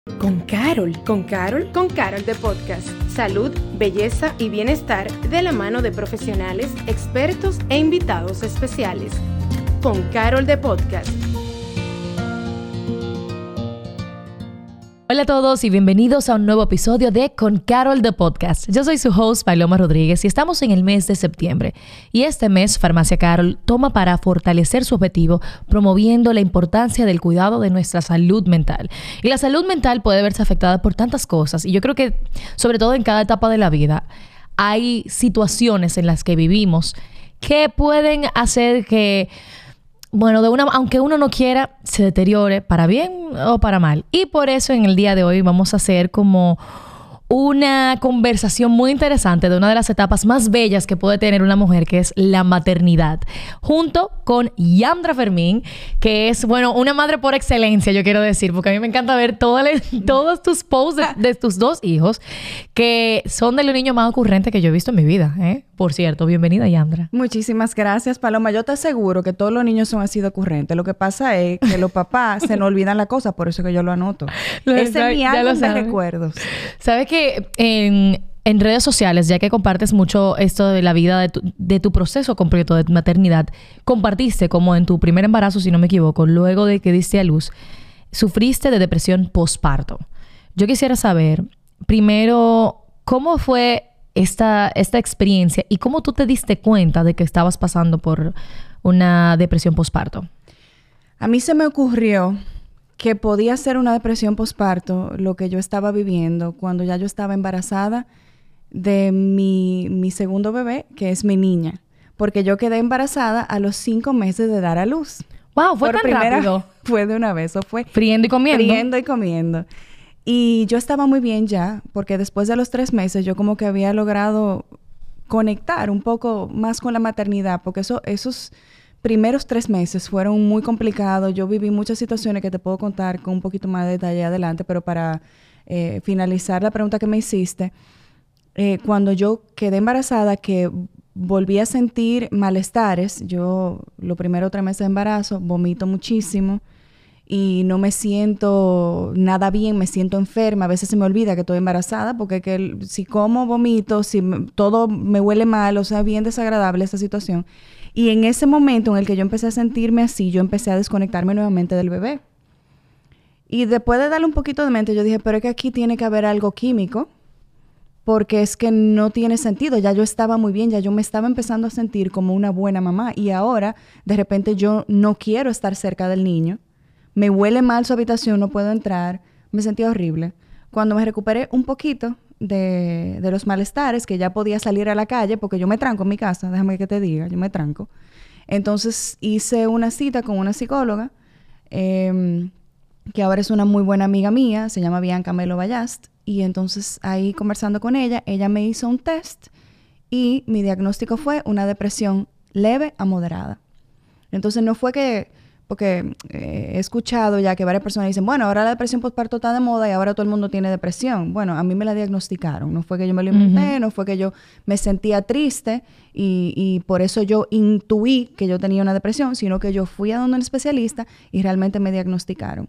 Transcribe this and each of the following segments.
Con Carol de Podcast. Salud, belleza y bienestar de la mano de profesionales, expertos e invitados especiales. Con Carol de Podcast. Hola a todos y bienvenidos a un nuevo episodio de Con Carol de Podcast. Yo soy su host, Paloma Rodríguez, y estamos en el mes de septiembre. Y este mes, Farmacia Carol toma para fortalecer su objetivo, promoviendo la importancia del cuidado de nuestra salud mental. Y la salud mental puede verse afectada por tantas cosas. Y yo creo que, sobre todo en cada etapa de la vida, hay situaciones en las que vivimos que pueden hacer que, bueno, aunque uno no quiera, se deteriore para bien o para mal. Y por eso en el día de hoy vamos a hacer como una conversación muy interesante de una de las etapas más bellas que puede tener una mujer, que es la maternidad, junto con Yandra Fermín, que es, bueno, una madre por excelencia, yo quiero decir, porque a mí me encanta ver todos tus posts de tus dos hijos, que son de los niños más ocurrentes que yo he visto en mi vida, ¿eh? Por cierto, bienvenida, Yandra. Muchísimas gracias, Paloma. Yo te aseguro que todos los niños son así de ocurrentes. Lo que pasa es que los papás se nos olvidan la cosa, por eso que yo lo anoto. Ese es mi álbum de recuerdos. ¿Sabes qué? En redes sociales, ya que compartes mucho esto de la vida de tu proceso completo de maternidad, compartiste como en tu primer embarazo, si no me equivoco, luego de que diste a luz, sufriste de depresión postparto. Yo quisiera saber, primero, ¿cómo fue esta experiencia y cómo tú te diste cuenta de que estabas pasando por una depresión postparto? A mí se me ocurrió que podía ser una depresión postparto lo que yo estaba viviendo cuando ya yo estaba embarazada de mi segundo bebé, que es mi niña. Porque yo quedé embarazada a los 5 meses de dar a luz. ¡Wow! ¿Fue tan rápido? Fue de una vez. Eso fue friendo y comiendo. Friendo y comiendo. Y yo estaba muy bien ya, porque después de los 3 meses yo como que había logrado conectar un poco más con la maternidad, porque esos primeros 3 meses fueron muy complicados. Yo viví muchas situaciones que te puedo contar con un poquito más de detalle adelante, pero para finalizar la pregunta que me hiciste, cuando yo quedé embarazada, que volví a sentir malestares, yo los primeros 3 meses de embarazo vomito muchísimo y no me siento nada bien, me siento enferma. A veces se me olvida que estoy embarazada porque si como vomito, todo me huele mal, o sea, bien desagradable esa situación. Y en ese momento en el que yo empecé a sentirme así, yo empecé a desconectarme nuevamente del bebé. Y después de darle un poquito de mente, yo dije, pero es que aquí tiene que haber algo químico, porque es que no tiene sentido. Ya yo estaba muy bien, ya yo me estaba empezando a sentir como una buena mamá. Y ahora, de repente, yo no quiero estar cerca del niño. Me huele mal su habitación, no puedo entrar. Me sentía horrible. Cuando me recuperé un poquito de los malestares, que ya podía salir a la calle, porque yo me tranco en mi casa, déjame que te diga, yo me tranco. Entonces hice una cita con una psicóloga, que ahora es una muy buena amiga mía, se llama Bianca Melo Ballast, y entonces ahí conversando con ella me hizo un test y mi diagnóstico fue una depresión leve a moderada. Entonces no fue que, porque he escuchado ya que varias personas dicen, bueno, ahora la depresión postparto está de moda y ahora todo el mundo tiene depresión. Bueno, a mí me la diagnosticaron. No fue que yo me lo inventé, no fue que yo me sentía triste y por eso yo intuí que yo tenía una depresión, sino que yo fui a donde un especialista y realmente me diagnosticaron.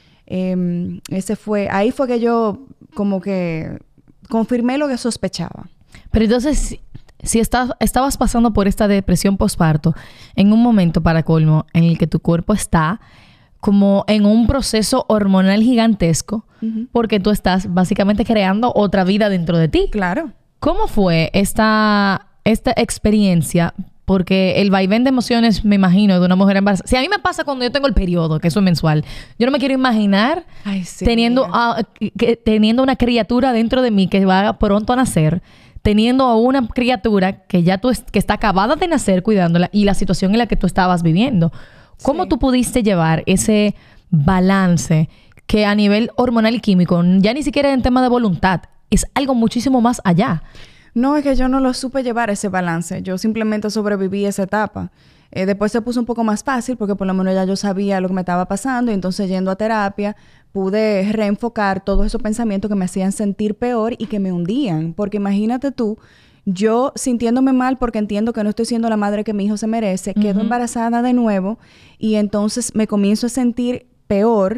Ahí fue que yo como que confirmé lo que sospechaba. Pero entonces, si estabas pasando por esta depresión postparto en un momento, para colmo, en el que tu cuerpo está como en un proceso hormonal gigantesco, porque tú estás básicamente creando otra vida dentro de ti. Claro. ¿Cómo fue esta experiencia? Porque el vaivén de emociones, me imagino, de una mujer embarazada. Si a mí me pasa cuando yo tengo el periodo, que eso es mensual, yo no me quiero imaginar teniendo una criatura dentro de mí que va pronto a nacer, teniendo a una criatura que ya que está acabada de nacer, cuidándola, y la situación en la que tú estabas viviendo. ¿Cómo tú pudiste llevar ese balance que a nivel hormonal y químico, ya ni siquiera en tema de voluntad, es algo muchísimo más allá? No, es que yo no lo supe llevar ese balance. Yo simplemente sobreviví esa etapa. Después se puso un poco más fácil porque por lo menos ya yo sabía lo que me estaba pasando y entonces yendo a terapia pude reenfocar todos esos pensamientos que me hacían sentir peor y que me hundían. Porque imagínate tú, yo sintiéndome mal porque entiendo que no estoy siendo la madre que mi hijo se merece, quedo embarazada de nuevo y entonces me comienzo a sentir peor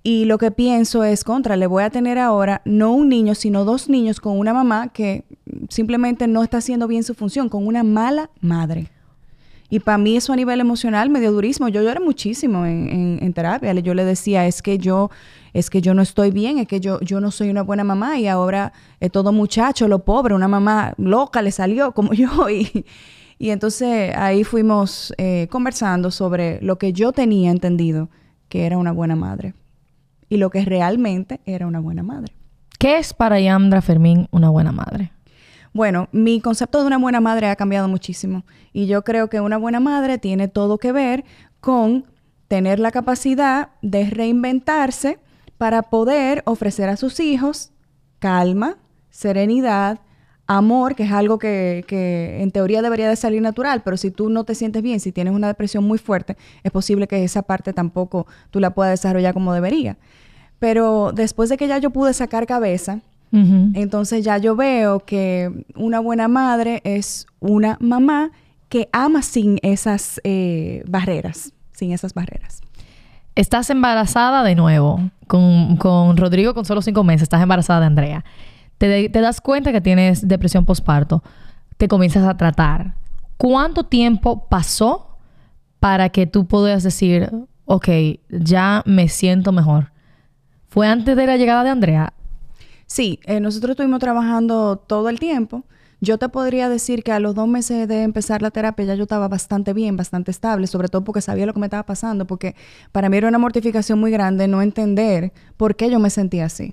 Y lo que pienso es, le voy a tener ahora no un niño, sino 2 niños con una mamá que simplemente no está haciendo bien su función, con una mala madre. Y para mí eso a nivel emocional me dio durísimo. Yo lloré muchísimo en terapia. Yo le decía, es que yo no estoy bien, es que yo no soy una buena mamá y ahora todo muchacho, lo pobre, una mamá loca le salió como yo. Y entonces ahí fuimos conversando sobre lo que yo tenía entendido que era una buena madre y lo que realmente era una buena madre. ¿Qué es para Yandra Fermín una buena madre? Bueno, mi concepto de una buena madre ha cambiado muchísimo y yo creo que una buena madre tiene todo que ver con tener la capacidad de reinventarse para poder ofrecer a sus hijos calma, serenidad, amor, que es algo que en teoría debería de salir natural, pero si tú no te sientes bien, si tienes una depresión muy fuerte, es posible que esa parte tampoco tú la puedas desarrollar como debería. Pero después de que ya yo pude sacar cabeza, entonces ya yo veo que una buena madre es una mamá que ama sin esas barreras, Estás embarazada de nuevo con Rodrigo con solo 5 meses. Estás embarazada de Andrea. Te das cuenta que tienes depresión postparto. Te comienzas a tratar. ¿Cuánto tiempo pasó para que tú pudieras decir, ok, ya me siento mejor? ¿Fue antes de la llegada de Andrea? Sí, nosotros estuvimos trabajando todo el tiempo. Yo te podría decir que a los 2 meses de empezar la terapia ya yo estaba bastante bien, bastante estable, sobre todo porque sabía lo que me estaba pasando, porque para mí era una mortificación muy grande no entender por qué yo me sentía así.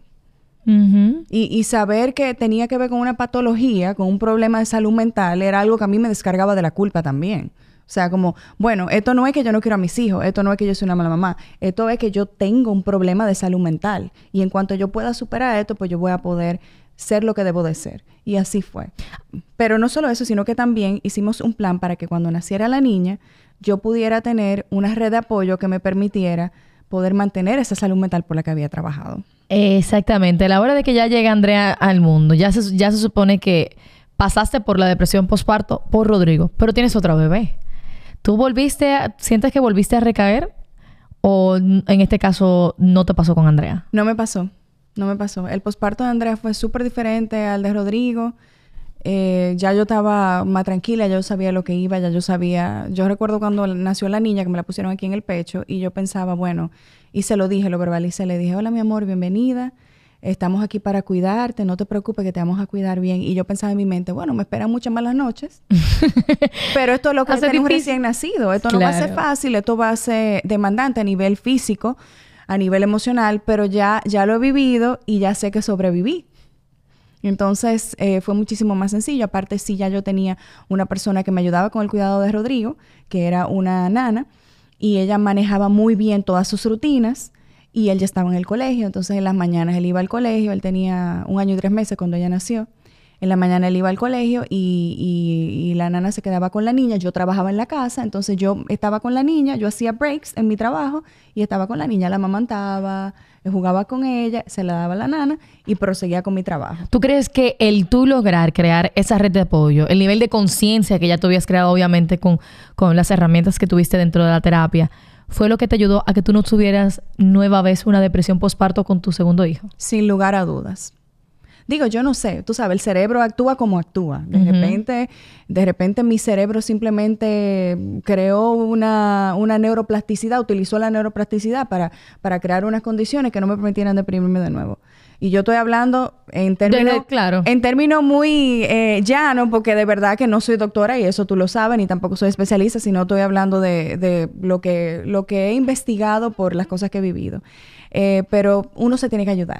Y saber que tenía que ver con una patología, con un problema de salud mental, era algo que a mí me descargaba de la culpa también. O sea, como, bueno, esto no es que yo no quiero a mis hijos, esto no es que yo soy una mala mamá, esto es que yo tengo un problema de salud mental. Y en cuanto yo pueda superar esto, pues yo voy a poder ser lo que debo de ser. Y así fue. Pero no solo eso, sino que también hicimos un plan para que cuando naciera la niña, yo pudiera tener una red de apoyo que me permitiera poder mantener esa salud mental por la que había trabajado. Exactamente. A la hora de que ya llega Andrea al mundo, ya se supone que pasaste por la depresión postparto por Rodrigo, pero tienes otro bebé. ¿Tú sientes que volviste a recaer? ¿O en este caso no te pasó con Andrea? No me pasó. El posparto de Andrea fue súper diferente al de Rodrigo. Ya yo estaba más tranquila, ya yo sabía lo que iba, ya yo sabía... Yo recuerdo cuando nació la niña, que me la pusieron aquí en el pecho, y yo pensaba, bueno, y se lo dije, lo verbalicé, le dije, hola mi amor, bienvenida, estamos aquí para cuidarte, no te preocupes que te vamos a cuidar bien. Y yo pensaba en mi mente, bueno, me esperan muchas malas noches, pero esto es lo que es tener un recién nacido, esto no va a ser fácil, esto va a ser demandante a nivel físico, a nivel emocional, pero ya lo he vivido y ya sé que sobreviví. Entonces, fue muchísimo más sencillo. Aparte, sí, ya yo tenía una persona que me ayudaba con el cuidado de Rodrigo, que era una nana, y ella manejaba muy bien todas sus rutinas, y él ya estaba en el colegio. Entonces, en las mañanas él iba al colegio. Él tenía 1 año y 3 meses cuando ella nació. En la mañana él iba al colegio y la nana se quedaba con la niña. Yo trabajaba en la casa, entonces yo estaba con la niña, yo hacía breaks en mi trabajo y estaba con la niña, la amamantaba, jugaba con ella, se la daba a la nana y proseguía con mi trabajo. ¿Tú crees que el tú lograr crear esa red de apoyo, el nivel de conciencia que ya tú habías creado obviamente con las herramientas que tuviste dentro de la terapia, fue lo que te ayudó a que tú no tuvieras nueva vez una depresión postparto con tu segundo hijo? Sin lugar a dudas. Digo, yo no sé, tú sabes, el cerebro actúa como actúa. De repente mi cerebro simplemente creó una neuroplasticidad, utilizó la neuroplasticidad para crear unas condiciones que no me permitieran deprimirme de nuevo. Y yo estoy hablando en términos muy llanos, porque de verdad que no soy doctora y eso tú lo sabes, ni tampoco soy especialista, sino estoy hablando de lo que he investigado por las cosas que he vivido. Pero uno se tiene que ayudar.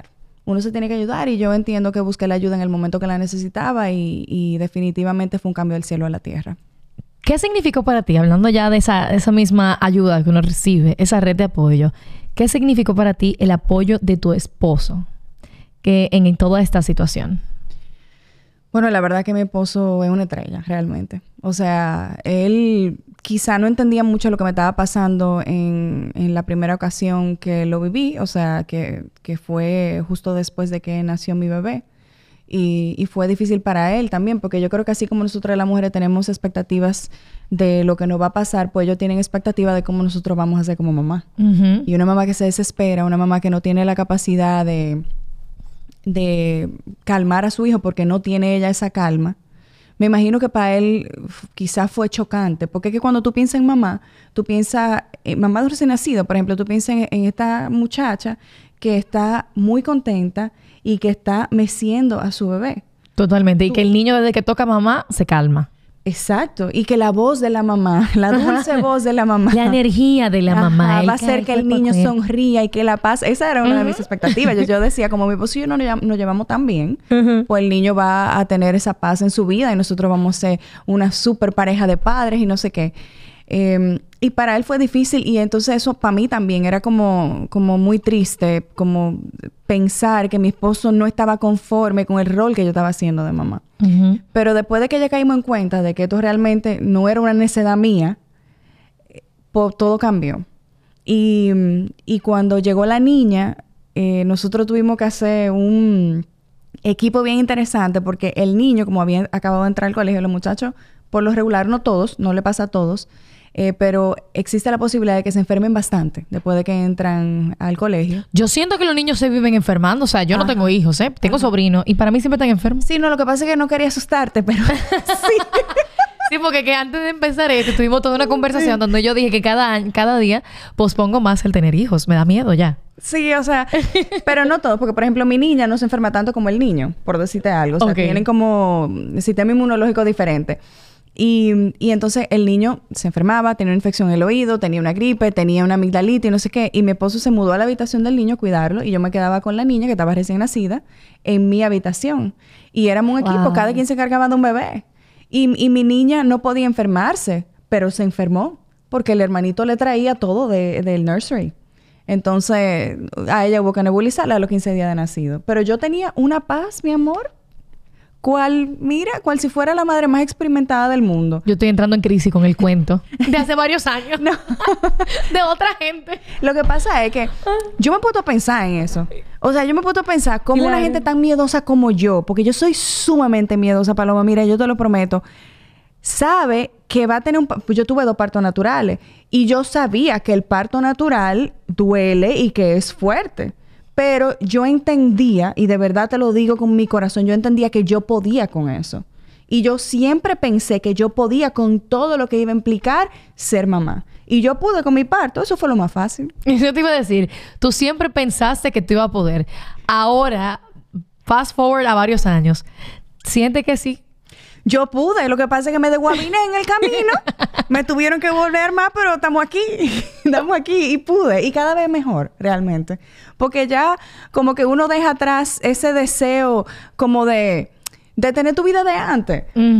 Y yo entiendo que busqué la ayuda en el momento que la necesitaba y definitivamente fue un cambio del cielo a la tierra. ¿Qué significó para ti, hablando ya de esa misma ayuda que uno recibe, esa red de apoyo, qué significó para ti el apoyo de tu esposo en toda esta situación? Bueno, la verdad que mi esposo es una estrella, realmente. O sea, él quizá no entendía mucho lo que me estaba pasando en la primera ocasión que lo viví. O sea, que fue justo después de que nació mi bebé. Y fue difícil para él también, porque yo creo que así como nosotras las mujeres tenemos expectativas de lo que nos va a pasar, pues ellos tienen expectativas de cómo nosotros vamos a ser como mamá. Y una mamá que se desespera, una mamá que no tiene la capacidad de calmar a su hijo porque no tiene ella esa calma. Me imagino que para él quizás fue chocante, porque es que cuando tú piensas en mamá, tú piensas, mamá de recién nacido, por ejemplo, tú piensas en esta muchacha que está muy contenta y que está meciendo a su bebé. Totalmente. Y que el niño desde que toca a mamá se calma. Exacto. Y que la voz de la mamá, la dulce voz de la mamá. La energía de la mamá. Va a hacer que el niño sonría y que la paz... Esa era una de mis expectativas. Yo decía, como mi esposo y yo nos llevamos tan bien, pues el niño va a tener esa paz en su vida y nosotros vamos a ser una súper pareja de padres y no sé qué. Y para él fue difícil y entonces eso para mí también era como muy triste, como pensar que mi esposo no estaba conforme con el rol que yo estaba haciendo de mamá. Pero después de que ya caímos en cuenta de que esto realmente no era una necesidad mía, todo cambió. Y cuando llegó la niña, nosotros tuvimos que hacer un equipo bien interesante porque el niño, como había acabado de entrar al colegio, los muchachos, por lo regular, no todos, no le pasa a todos, pero existe la posibilidad de que se enfermen bastante después de que entran al colegio. Yo siento que los niños se viven enfermando. O sea, yo no tengo hijos, ¿eh? Tengo sobrinos y para mí siempre están enfermos. Sí, no, lo que pasa es que no quería asustarte, pero sí. Sí, porque que antes de empezar esto tuvimos toda una conversación donde yo dije que cada día pospongo más el tener hijos. Me da miedo ya. Sí, o sea, pero no todo, porque por ejemplo mi niña no se enferma tanto como el niño, por decirte algo. O sea, tienen como sistema inmunológico diferente. Y entonces el niño se enfermaba, tenía una infección en el oído, tenía una gripe, tenía una amigdalitis y no sé qué. Y mi esposo se mudó a la habitación del niño a cuidarlo y yo me quedaba con la niña que estaba recién nacida en mi habitación. Y éramos un equipo, cada quien se encargaba de un bebé. Y mi niña no podía enfermarse, pero se enfermó porque el hermanito le traía todo del nursery. Entonces a ella hubo que nebulizarla a los 15 días de nacido. Pero yo tenía una paz, mi amor. Cual si fuera la madre más experimentada del mundo. Yo estoy entrando en crisis con el cuento. De hace varios años. No. De otra gente. Lo que pasa es que yo me he puesto a pensar en eso. O sea, yo me he puesto a pensar cómo una gente tan miedosa como yo, porque yo soy sumamente miedosa, Paloma, mira, yo te lo prometo, sabe que va a tener pues yo tuve 2 partos naturales y yo sabía que el parto natural duele y que es fuerte. Pero yo entendía, y de verdad te lo digo con mi corazón, yo entendía que yo podía con eso. Y yo siempre pensé que yo podía con todo lo que iba a implicar ser mamá. Y yo pude con mi parto. Eso fue lo más fácil. Yo te iba a decir, tú siempre pensaste que tú ibas a poder. Ahora, fast forward a varios años, ¿sientes que sí? Yo pude. Lo que pasa es que me desguabiné en el camino. Me tuvieron que volver más, pero estamos aquí. Estamos aquí y pude. Y cada vez mejor, realmente. Porque ya como que uno deja atrás ese deseo como de tener tu vida de antes.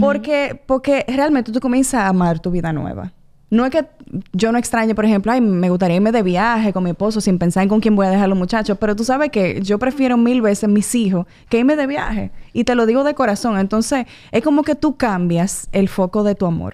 Porque realmente tú comienzas a amar tu vida nueva. No es que yo no extrañe, por ejemplo, ay, me gustaría irme de viaje con mi esposo sin pensar en con quién voy a dejar a los muchachos. Pero tú sabes que yo prefiero 1000 veces mis hijos que irme de viaje. Y te lo digo de corazón. Entonces, es como que tú cambias el foco de tu amor.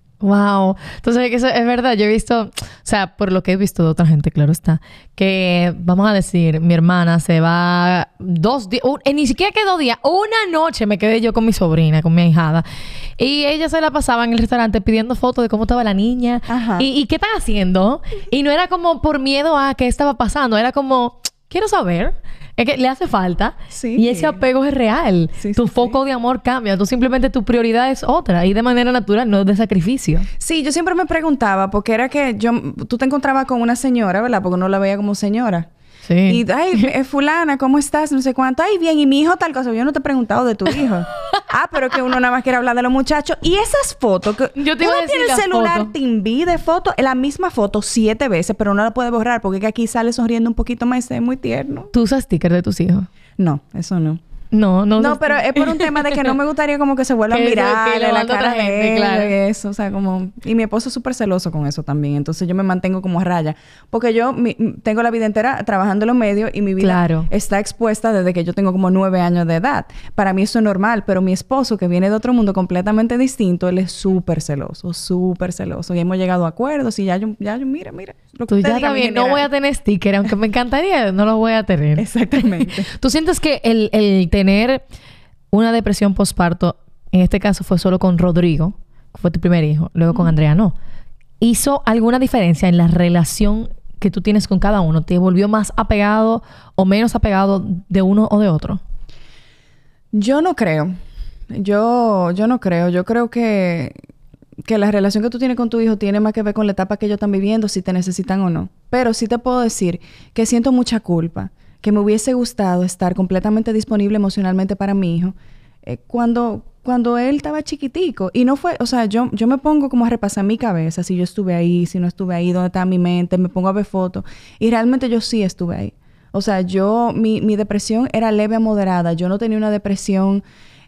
Wow. Entonces, eso es verdad. Yo he visto, o sea, por lo que he visto de otra gente, claro está, que vamos a decir, mi hermana se va 2 días, ni siquiera que 2 días, una noche me quedé yo con mi sobrina, con mi ahijada. Y ella se la pasaba en el restaurante pidiendo fotos de cómo estaba la niña. Y qué están haciendo. Y no era como por miedo a qué estaba pasando, era como, quiero saber. Es que le hace falta. Sí. Y ese apego es real. Sí, tu foco de amor cambia. Tú simplemente tu prioridad es otra. Y de manera natural, no de sacrificio. Sí, yo siempre me preguntaba, porque era que tú te encontrabas con una señora, ¿verdad? Porque no la veía como señora. Sí. Y, ay, fulana, ¿cómo estás? No sé cuánto. Ay, bien. Y mi hijo tal cosa. Yo no te he preguntado de tu hijo. Pero que uno nada más quiere hablar de los muchachos. Y esas fotos que yo te iba uno a decir tiene el celular, te envía de fotos, la misma foto 7 veces, pero no la puede borrar porque aquí sale sonriendo un poquito más. Es muy tierno. ¿Tú usas stickers de tus hijos? No, eso no. No, pero es por un tema de que no me gustaría como que se vuelva a mirar la cara de gente, claro. Y eso, o sea, como... Y mi esposo es súper celoso con eso también. Entonces, yo me mantengo como a raya. Porque yo tengo la vida entera trabajando en los medios y mi vida está expuesta desde que yo tengo como 9 años de edad. Para mí eso es normal. Pero mi esposo, que viene de otro mundo completamente distinto, él es súper celoso. Súper celoso. Y hemos llegado a acuerdos y ya yo mira. Lo que tú ya también no voy a tener sticker. Aunque me encantaría, no lo voy a tener. Exactamente. ¿Tú sientes que el tener una depresión postparto, en este caso fue solo con Rodrigo, que fue tu primer hijo, luego con Andrea no, ¿hizo alguna diferencia en la relación que tú tienes con cada uno? ¿Te volvió más apegado o menos apegado de uno o de otro? Yo no creo. Yo no creo. Yo creo que la relación que tú tienes con tu hijo tiene más que ver con la etapa que ellos están viviendo, si te necesitan o no. Pero sí te puedo decir que siento mucha culpa, que me hubiese gustado estar completamente disponible emocionalmente para mi hijo cuando él estaba chiquitico. Y no fue, o sea, yo me pongo como a repasar mi cabeza, si yo estuve ahí, si no estuve ahí, dónde está mi mente, me pongo a ver fotos. Y realmente yo sí estuve ahí. O sea, mi depresión era leve a moderada. Yo no tenía una depresión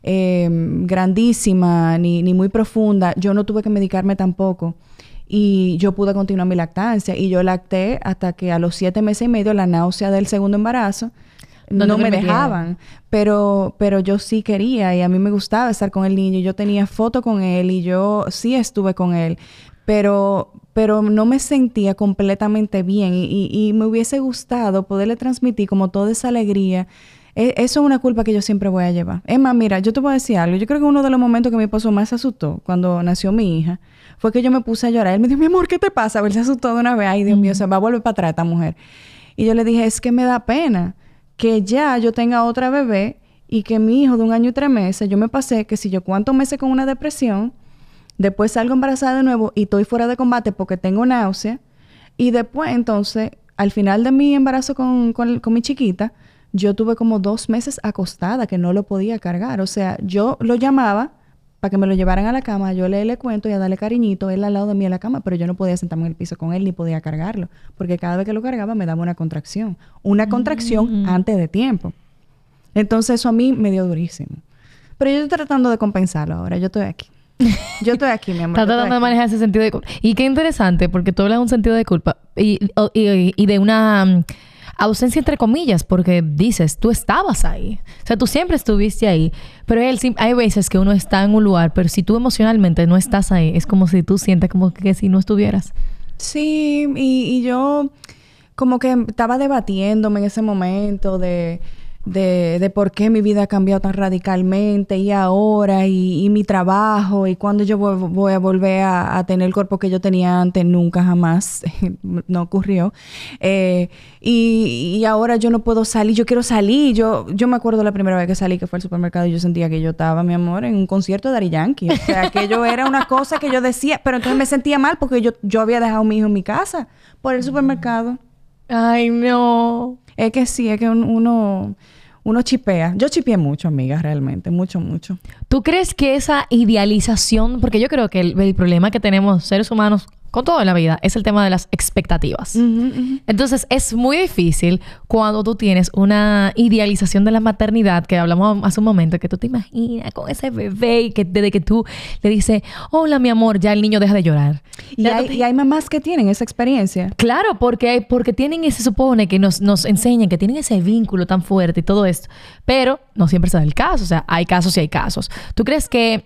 grandísima ni muy profunda. Yo no tuve que medicarme tampoco. Y yo pude continuar mi lactancia. Y yo lacté hasta que a los 7 meses y medio, la náusea del segundo embarazo, no me dejaban. Pero yo sí quería y a mí me gustaba estar con el niño. Yo tenía foto con él y yo sí estuve con él. Pero no me sentía completamente bien y me hubiese gustado poderle transmitir como toda esa alegría. Eso es una culpa que yo siempre voy a llevar. Es más, mira, yo te voy a decir algo. Yo creo que uno de los momentos que mi esposo más se asustó cuando nació mi hija fue que yo me puse a llorar. Él me dijo, mi amor, ¿qué te pasa? Él se asustó de una vez. Ay, Dios mío, se va a volver para atrás esta mujer. Y yo le dije, es que me da pena que ya yo tenga otra bebé y que mi hijo de 1 año y 3 meses, yo me pasé que si yo cuántos meses con una depresión, después salgo embarazada de nuevo y estoy fuera de combate porque tengo náusea. Y después, entonces, al final de mi embarazo con mi chiquita, yo tuve como 2 meses acostada que no lo podía cargar. O sea, yo lo llamaba para que me lo llevaran a la cama. Yo le cuento y a darle cariñito, él al lado de mí en la cama, pero yo no podía sentarme en el piso con él ni podía cargarlo. Porque cada vez que lo cargaba me daba una contracción. Una contracción antes de tiempo. Entonces, eso a mí me dio durísimo. Pero yo estoy tratando de compensarlo ahora. Yo estoy aquí. Yo estoy aquí, mi amor. Estás tratando de manejar ese sentido de culpa. Y qué interesante, porque tú hablas de un sentido de culpa y de una ausencia entre comillas, porque dices, tú estabas ahí. O sea, tú siempre estuviste ahí. Pero hay veces que uno está en un lugar, pero si tú emocionalmente no estás ahí, es como si tú sientas como que si no estuvieras. Sí, y yo como que estaba debatiéndome en ese momento de por qué mi vida ha cambiado tan radicalmente y ahora y mi trabajo y cuando yo voy a volver a tener el cuerpo que yo tenía antes, nunca jamás no ocurrió. Y ahora yo no puedo salir, yo quiero salir. Yo me acuerdo la primera vez que salí, que fue al supermercado, y yo sentía que yo estaba, mi amor, en un concierto de Daddy Yankee. O sea, aquello era una cosa que yo decía, pero entonces me sentía mal porque yo había dejado a mi hijo en mi casa por el supermercado. Ay, no. Es que sí, es que uno chipea. Yo chipeé mucho, amiga, realmente. Mucho, mucho. ¿Tú crees que esa idealización... Porque yo creo que el problema que tenemos seres humanos con todo en la vida es el tema de las expectativas. Entonces, es muy difícil cuando tú tienes una idealización de la maternidad, que hablamos hace un momento, que tú te imaginas con ese bebé y que desde que tú le dices, hola, mi amor, ya el niño deja de llorar. Y hay mamás que tienen esa experiencia. Claro, porque tienen se supone que nos enseñan que tienen ese vínculo tan fuerte y todo esto. Pero no siempre se da el caso. O sea, hay casos y hay casos. ¿Tú crees que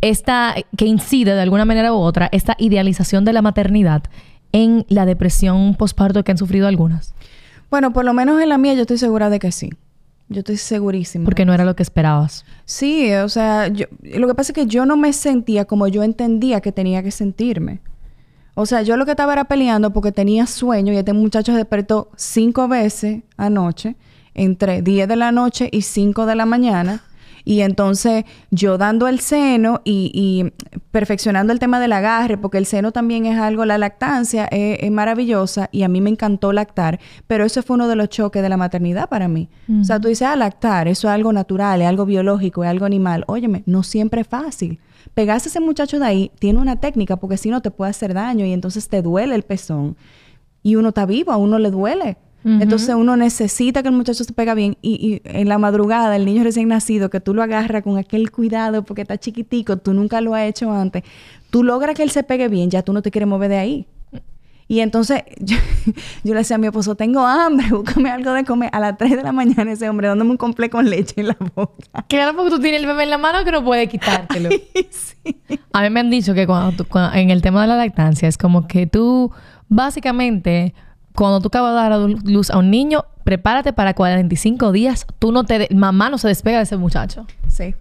que incide de alguna manera u otra esta idealización de la maternidad en la depresión postparto que han sufrido algunas? Bueno, por lo menos en la mía yo estoy segura de que sí. Yo estoy segurísima. Porque no era lo que esperabas. Sí, o sea, lo que pasa es que yo no me sentía como yo entendía que tenía que sentirme. O sea, yo lo que estaba era peleando porque tenía sueño y este muchacho se despertó 5 veces anoche, entre 10 de la noche y 5 de la mañana. Y entonces yo dando el seno y perfeccionando el tema del agarre, porque el seno también es algo, la lactancia es maravillosa y a mí me encantó lactar, pero eso fue uno de los choques de la maternidad para mí. O sea, tú dices, lactar, eso es algo natural, es algo biológico, es algo animal. Óyeme, no siempre es fácil. Pegarse a ese muchacho de ahí tiene una técnica, porque si no te puede hacer daño y entonces te duele el pezón. Y uno está vivo, a uno le duele. Entonces uno necesita que el muchacho se pega bien y en la madrugada el niño recién nacido que tú lo agarras con aquel cuidado porque está chiquitico, tú nunca lo has hecho antes, tú logras que él se pegue bien, ya tú no te quieres mover de ahí. Y entonces yo le decía a mi esposo, tengo hambre, búscame algo de comer. A las 3 de la mañana ese hombre dándome un completo con leche en la boca. Claro, porque tú tienes el bebé en la mano que no puedes quitártelo. Ay, sí. A mí me han dicho que cuando en el tema de la lactancia es como que tú básicamente... Cuando tú acabas de dar a luz a un niño, prepárate para 45 días. Mamá no se despega de ese muchacho. Sí.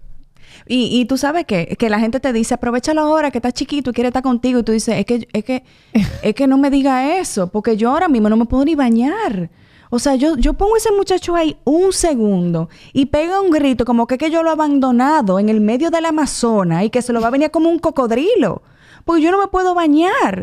Y tú sabes que la gente te dice, aprovechalo ahora que estás chiquito y quiere estar contigo. Y tú dices, es que no me diga eso, porque yo ahora mismo no me puedo ni bañar. O sea, yo pongo a ese muchacho ahí un segundo y pega un grito como que yo lo he abandonado en el medio del Amazonas y que se lo va a venir como un cocodrilo. Porque yo no me puedo bañar.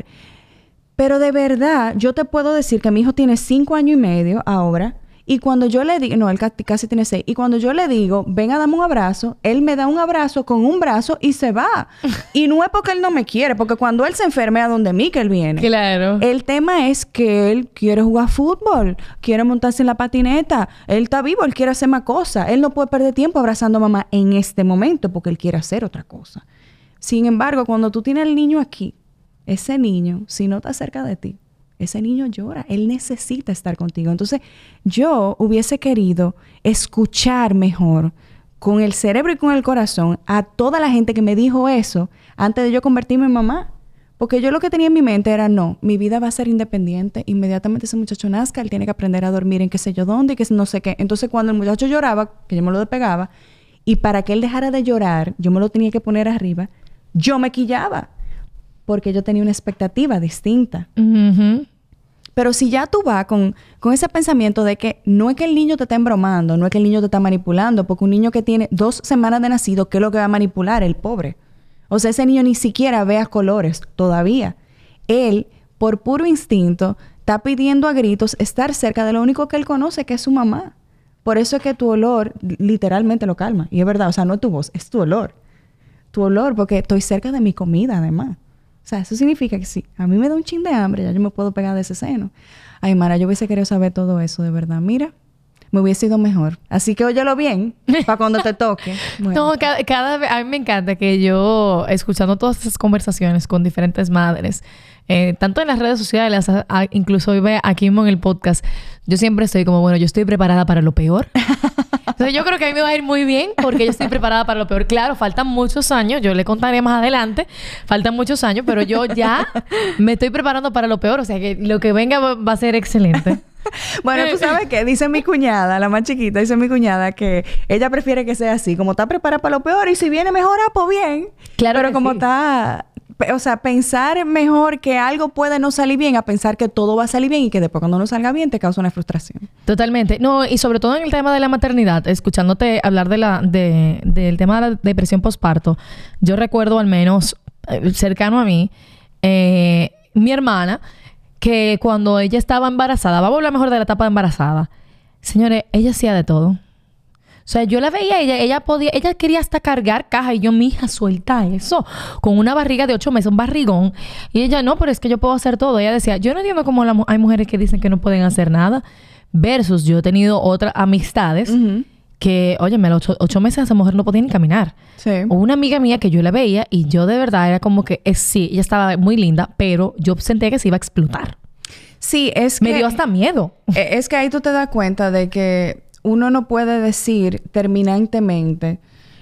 Pero de verdad, yo te puedo decir que mi hijo tiene 5 años y medio ahora. Y cuando yo le digo... No, él casi tiene 6. Y cuando yo le digo, ven a darme un abrazo, él me da un abrazo con un brazo y se va. Y no es porque él no me quiere, porque cuando él se enferme a donde mí que él viene. Claro. El tema es que él quiere jugar fútbol, quiere montarse en la patineta. Él está vivo, él quiere hacer más cosas. Él no puede perder tiempo abrazando a mamá en este momento porque él quiere hacer otra cosa. Sin embargo, cuando tú tienes al niño aquí, ese niño, si no está cerca de ti, ese niño llora. Él necesita estar contigo. Entonces, yo hubiese querido escuchar mejor con el cerebro y con el corazón a toda la gente que me dijo eso antes de yo convertirme en mamá. Porque yo lo que tenía en mi mente era, no, mi vida va a ser independiente. Inmediatamente ese muchacho nazca, él tiene que aprender a dormir en qué sé yo dónde y que no sé qué. Entonces, cuando el muchacho lloraba, que yo me lo despegaba, y para que él dejara de llorar, yo me lo tenía que poner arriba, yo me quillaba. Porque yo tenía una expectativa distinta. Uh-huh. Pero si ya tú vas con ese pensamiento de que no es que el niño te está embromando, no es que el niño te está manipulando, porque un niño que tiene 2 semanas de nacido, ¿qué es lo que va a manipular? El pobre. O sea, ese niño ni siquiera ve a colores todavía. Él, por puro instinto, está pidiendo a gritos estar cerca de lo único que él conoce, que es su mamá. Por eso es que tu olor literalmente lo calma. Y es verdad, o sea, no es tu voz, es tu olor. Tu olor, porque estoy cerca de mi comida, además. O sea, eso significa que sí, a mí me da un chin de hambre, ya yo me puedo pegar de ese seno. Ay, Mara, yo hubiese querido saber todo eso, de verdad. Mira, me hubiese ido mejor. Así que óyelo bien, para cuando te toque. Bueno. No, cada vez... A mí me encanta que yo, escuchando todas esas conversaciones con diferentes madres, tanto en las redes sociales, incluso aquí mismo en el podcast, yo siempre estoy como, bueno, yo estoy preparada para lo peor. Entonces yo creo que a mí me va a ir muy bien porque yo estoy preparada para lo peor. Claro, faltan muchos años. Yo le contaré más adelante. Faltan muchos años, pero yo ya me estoy preparando para lo peor. O sea, que lo que venga va a ser excelente. Bueno, tú sabes qué, dice mi cuñada, la más chiquita, dice mi cuñada que ella prefiere que sea así, como está preparada para lo peor y si viene mejor, pues bien. Claro. Pero como está... O sea, pensar mejor que algo puede no salir bien a pensar que todo va a salir bien y que después cuando no salga bien te causa una frustración. Totalmente. No, y sobre todo en el tema de la maternidad, escuchándote hablar del tema de la depresión postparto, yo recuerdo al menos cercano a mí, mi hermana, que cuando ella estaba embarazada, vamos a hablar mejor de la etapa de embarazada, señores, ella hacía de todo. O sea, yo la veía, ella quería hasta cargar caja y yo, mija, suelta eso. Con una barriga de 8 meses, un barrigón. Y ella, no, pero es que yo puedo hacer todo. Ella decía, yo no entiendo cómo hay mujeres que dicen que no pueden hacer nada. Versus, yo he tenido otras amistades que, óyeme, a los 8 meses esa mujer no podía ni caminar. Sí. O una amiga mía que yo la veía y yo de verdad era como que, sí, ella estaba muy linda, pero yo sentía que se iba a explotar. Sí, es que... Me dio hasta miedo. Es que ahí tú te das cuenta de que uno no puede decir terminantemente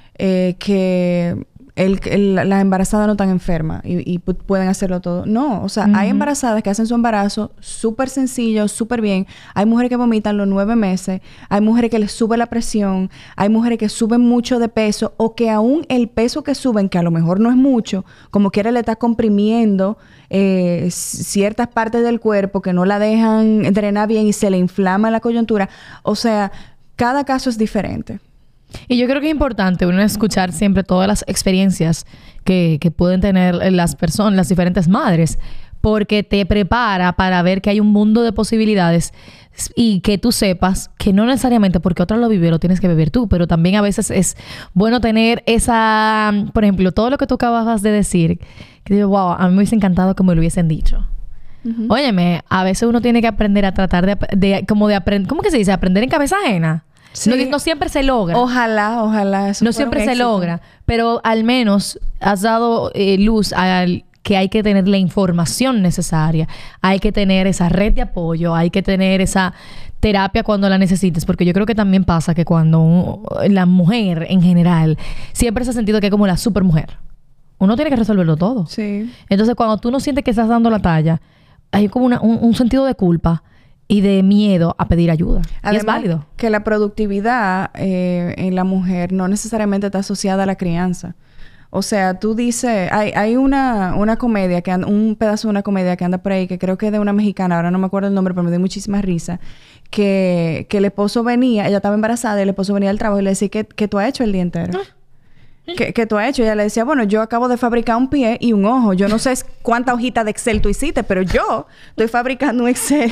que las embarazadas no están enfermas y pueden hacerlo todo. No, o sea, hay embarazadas que hacen su embarazo súper sencillo, súper bien. Hay mujeres que vomitan los 9 meses. Hay mujeres que les sube la presión. Hay mujeres que suben mucho de peso o que aún el peso que suben, que a lo mejor no es mucho, como quiera le está comprimiendo ciertas partes del cuerpo que no la dejan drenar bien y se le inflama la coyuntura. O sea, cada caso es diferente. Y yo creo que es importante uno escuchar siempre todas las experiencias que pueden tener las personas, las diferentes madres, porque te prepara para ver que hay un mundo de posibilidades y que tú sepas que no necesariamente porque otros lo vivieron tienes que vivir tú, pero también a veces es bueno tener esa, por ejemplo, todo lo que tú acabas de decir, que digo, wow, a mí me hubiese encantado que me lo hubiesen dicho. Óyeme, a veces uno tiene que aprender a tratar de aprender, ¿cómo que se dice? Aprender en cabeza ajena. Sí. No siempre se logra. Ojalá. No siempre se logra. Pero al menos has dado luz al que hay que tener la información necesaria. Hay que tener esa red de apoyo. Hay que tener esa terapia cuando la necesites. Porque yo creo que también pasa que cuando la mujer en general siempre se ha sentido que es como la supermujer. Uno tiene que resolverlo todo. Sí. Entonces, cuando tú no sientes que estás dando la talla, hay como un sentido de culpa. y de miedo a pedir ayuda. Además, y es válido. Que la productividad en la mujer no necesariamente está asociada a la crianza. O sea, tú dices... Hay una comedia, un pedazo de una comedia que anda por ahí, que creo que es de una mexicana, ahora no me acuerdo el nombre, pero me dio muchísima risa, que el esposo venía, ella estaba embarazada, y el esposo venía al trabajo y le decía, ¿qué tú has hecho el día entero? ¿Qué tú has hecho? Y ella le decía, bueno, yo acabo de fabricar un pie y un ojo. Yo no sé cuánta hojita de Excel tú hiciste, pero yo estoy fabricando un Excel,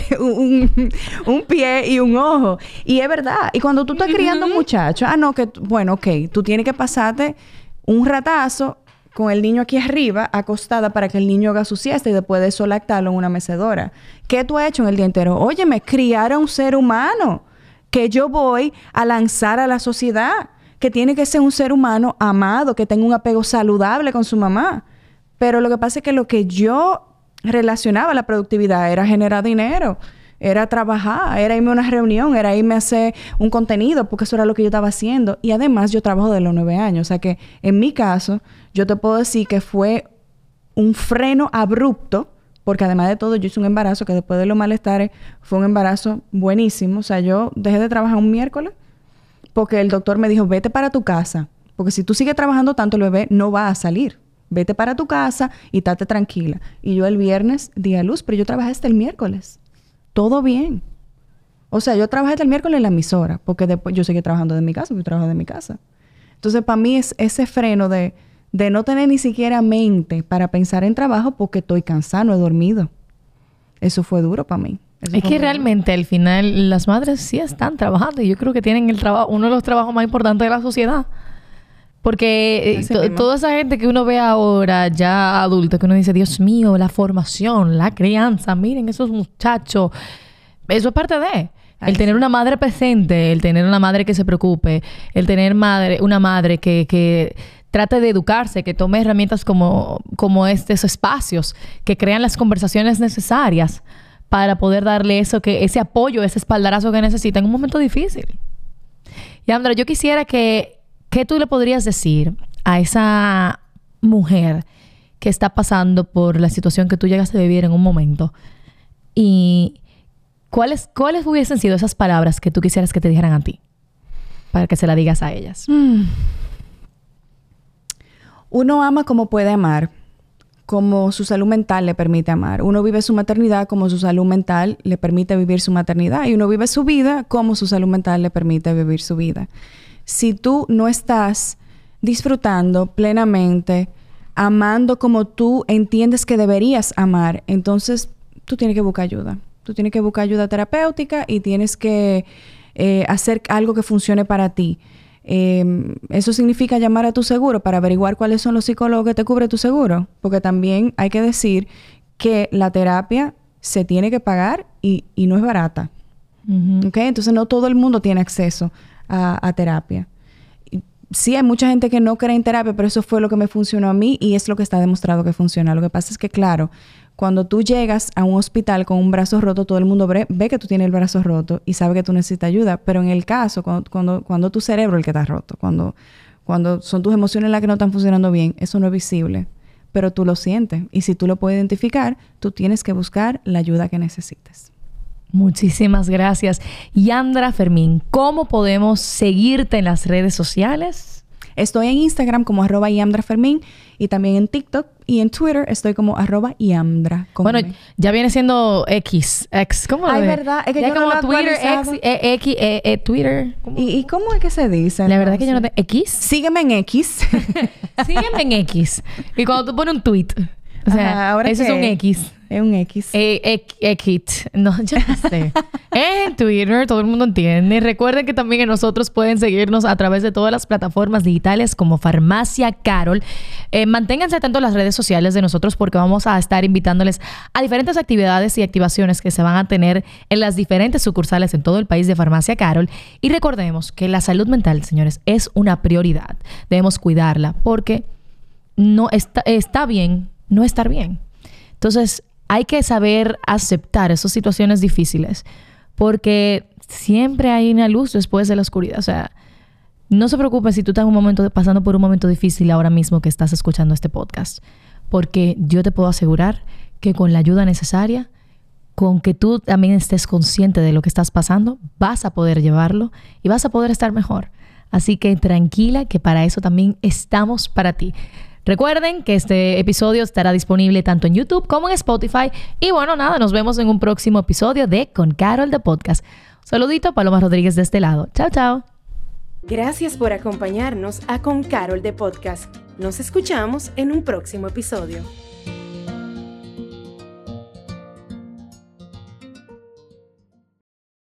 un pie y un ojo. Y es verdad. Y cuando tú estás criando un muchacho, bueno, ok, tú tienes que pasarte un ratazo con el niño aquí arriba, acostada, para que el niño haga su siesta y después de eso lactarlo en una mecedora. ¿Qué tú has hecho en el día entero? Óyeme, criar a un ser humano que yo voy a lanzar a la sociedad, que tiene que ser un ser humano amado, que tenga un apego saludable con su mamá. Pero lo que pasa es que lo que yo relacionaba a la productividad era generar dinero, era trabajar, era irme a una reunión, era irme a hacer un contenido, porque eso era lo que yo estaba haciendo. Y además yo trabajo de los 9 años. O sea que en mi caso, yo te puedo decir que fue un freno abrupto, porque además de todo yo hice un embarazo que después de los malestares fue un embarazo buenísimo. O sea, yo dejé de trabajar un miércoles porque el doctor me dijo, vete para tu casa. Porque si tú sigues trabajando tanto, el bebé no va a salir. Vete para tu casa y estate tranquila. Y yo el viernes di a luz, pero yo trabajé hasta el miércoles. Todo bien. O sea, yo trabajé hasta el miércoles en la emisora, porque después yo seguí trabajando de mi casa, porque yo trabajo de mi casa. Entonces, para mí es ese freno de no tener ni siquiera mente para pensar en trabajo porque estoy cansada, no he dormido. Eso fue duro para mí. Es que realmente al final las madres sí están trabajando y yo creo que tienen uno de los trabajos más importantes de la sociedad. Porque toda esa gente que uno ve ahora ya adulta, que uno dice, Dios mío, la formación, la crianza, miren esos muchachos. Eso es parte de... El tener una madre presente, el tener una madre que se preocupe, el tener una madre que trate de educarse, que tome herramientas como estos espacios, que crean las conversaciones necesarias para poder darle ese apoyo, ese espaldarazo que necesita en un momento difícil. Yandra, yo quisiera ¿qué tú le podrías decir a esa mujer que está pasando por la situación que tú llegaste a vivir en un momento? Y ¿cuáles hubiesen sido esas palabras que tú quisieras que te dijeran a ti? Para que se las digas a ellas. Uno ama como puede amar, como su salud mental le permite amar. Uno vive su maternidad como su salud mental le permite vivir su maternidad. Y uno vive su vida como su salud mental le permite vivir su vida. Si tú no estás disfrutando plenamente, amando como tú entiendes que deberías amar, entonces tú tienes que buscar ayuda. Tú tienes que buscar ayuda terapéutica y tienes que hacer algo que funcione para ti. Eso significa llamar a tu seguro para averiguar cuáles son los psicólogos que te cubre tu seguro. Porque también hay que decir que la terapia se tiene que pagar y no es barata. Uh-huh. ¿Okay? Entonces no todo el mundo tiene acceso a terapia. Sí, hay mucha gente que no cree en terapia, pero eso fue lo que me funcionó a mí y es lo que está demostrado que funciona. Lo que pasa es que, claro, cuando tú llegas a un hospital con un brazo roto, todo el mundo ve que tú tienes el brazo roto y sabe que tú necesitas ayuda. Pero en el caso, cuando tu cerebro es el que está roto, cuando son tus emociones las que no están funcionando bien, eso no es visible, pero tú lo sientes. Y si tú lo puedes identificar, tú tienes que buscar la ayuda que necesites. Muchísimas gracias. Yandra Fermín, ¿cómo podemos seguirte en las redes sociales? Estoy en Instagram como @YamdraFermín y también en TikTok y en Twitter estoy como @Yamdra. Bueno, ya viene siendo X. ¿Cómo lo ves? Ay, verdad. Es que ya yo como no lo Twitter, Twitter. ¿Y cómo es que se dice? La verdad es que yo no tengo... ¿X? Sígueme en X. Sígueme en X. Y cuando tú pones un tweet, o sea, ¿ahora eso qué es un X. Es un X. X. No, yo no sé. En Twitter, todo el mundo entiende. Recuerden que también nosotros pueden seguirnos a través de todas las plataformas digitales como Farmacia Carol. Manténganse atentos a las redes sociales de nosotros porque vamos a estar invitándoles a diferentes actividades y activaciones que se van a tener en las diferentes sucursales en todo el país de Farmacia Carol. Y recordemos que la salud mental, señores, es una prioridad. Debemos cuidarla porque no está bien no estar bien. Entonces, hay que saber aceptar esas situaciones difíciles porque siempre hay una luz después de la oscuridad. O sea, no se preocupen si tú estás pasando por un momento difícil ahora mismo que estás escuchando este podcast, porque yo te puedo asegurar que con la ayuda necesaria con que tú también estés consciente de lo que estás pasando, vas a poder llevarlo y vas a poder estar mejor. Así que tranquila, que para eso también estamos para ti. Recuerden que este episodio estará disponible tanto en YouTube como en Spotify. Y bueno, nada, nos vemos en un próximo episodio de Con Carol de Podcast. Un saludito, Paloma Rodríguez de este lado. Chao, chao. Gracias por acompañarnos a Con Carol de Podcast. Nos escuchamos en un próximo episodio.